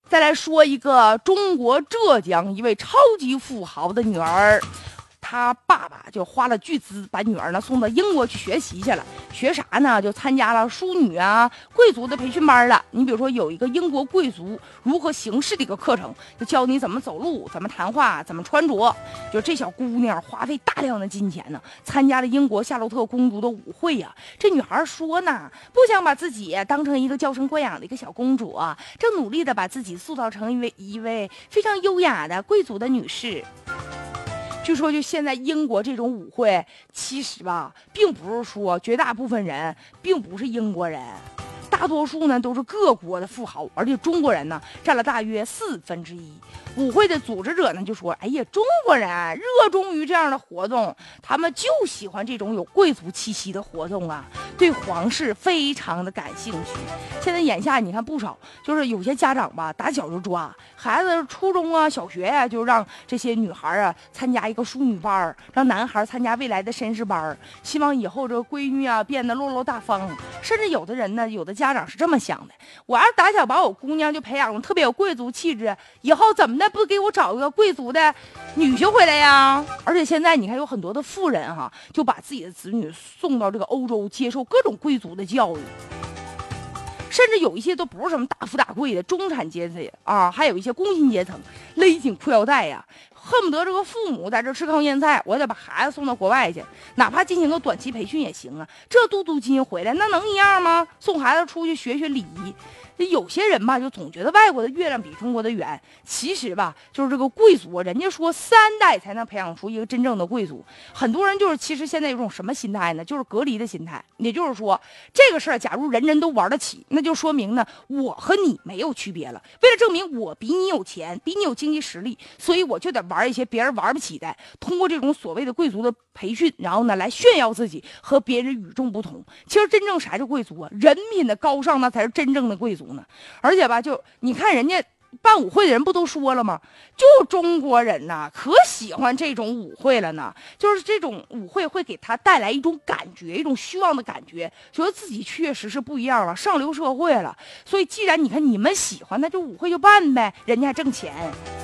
再来说一个中国浙江一位超级富豪的女儿，他爸爸就花了巨资把女儿呢送到英国去学习去了。学啥呢？就参加了淑女啊、贵族的培训班了。你比如说有一个英国贵族如何行事的一个课程，就教你怎么走路、怎么谈话、怎么穿着。就这小姑娘花费大量的金钱呢，参加了英国夏洛特公主的舞会呀。这女孩说呢，不想把自己当成一个娇生惯养的一个小公主啊，正努力的把自己塑造成一位非常优雅的贵族的女士。据说就现在英国这种舞会，其实吧，并不是说绝大部分人并不是英国人，大多数呢都是各国的富豪，而且中国人呢占了大约1/4。舞会的组织者呢就说：“哎呀，中国人热衷于这样的活动，他们就喜欢这种有贵族气息的活动啊，对皇室非常的感兴趣。”现在眼下你看不少，就是有些家长吧，打小就抓孩子初中啊、小学呀，就让这些女孩啊参加一个淑女班，让男孩参加未来的绅士班，希望以后这个闺女啊变得落落大方。甚至有的人呢，有的家长是这么想的：我要是打小把我姑娘就培养的特别有贵族气质，以后怎么的不给我找一个贵族的女婿回来呀？而且现在你看有很多的富人哈，就把自己的子女送到这个欧洲接受各种贵族的教育。甚至有一些都不是什么大富大贵的中产阶层啊，还有一些工薪阶层，勒紧裤腰带呀，恨不得这个父母在这吃糠咽菜，我得把孩子送到国外去，哪怕进行个短期培训也行啊。这镀金回来那能一样吗？送孩子出去学学礼仪。有些人吧，就总觉得外国的月亮比中国的圆。其实吧，就是这个贵族，人家说3代才能培养出一个真正的贵族。很多人就是，其实现在有种什么心态呢？就是隔离的心态。也就是说，这个事儿，假如人人都玩得起，那就说明呢，我和你没有区别了。为了证明我比你有钱，比你有经济实力，所以我就得玩一些别人玩不起的，通过这种所谓的贵族的培训，然后呢来炫耀自己和别人与众不同。其实真正啥叫贵族啊？人品的高尚，那才是真正的贵族。而且吧，就你看人家办舞会的人不都说了吗？就中国人呐，可喜欢这种舞会了呢。就是这种舞会会给他带来一种感觉，一种虚妄的感觉，觉得自己确实是不一样了，上流社会了。所以既然你看你们喜欢，那就舞会就办呗，人家还挣钱。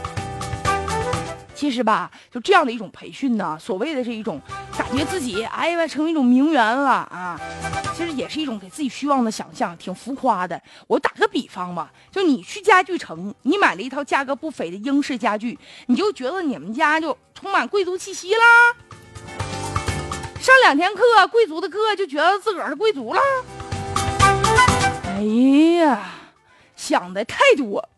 其实吧，就这样的一种培训呢，所谓的是一种感觉自己哎呀成为一种名媛了啊，其实也是一种给自己虚妄的想象，挺浮夸的。我打个比方吧，就你去家具城，你买了一套价格不菲的英式家具，你就觉得你们家就充满贵族气息啦。上2天课，贵族的课，就觉得自个儿是贵族了。哎呀，想的太多。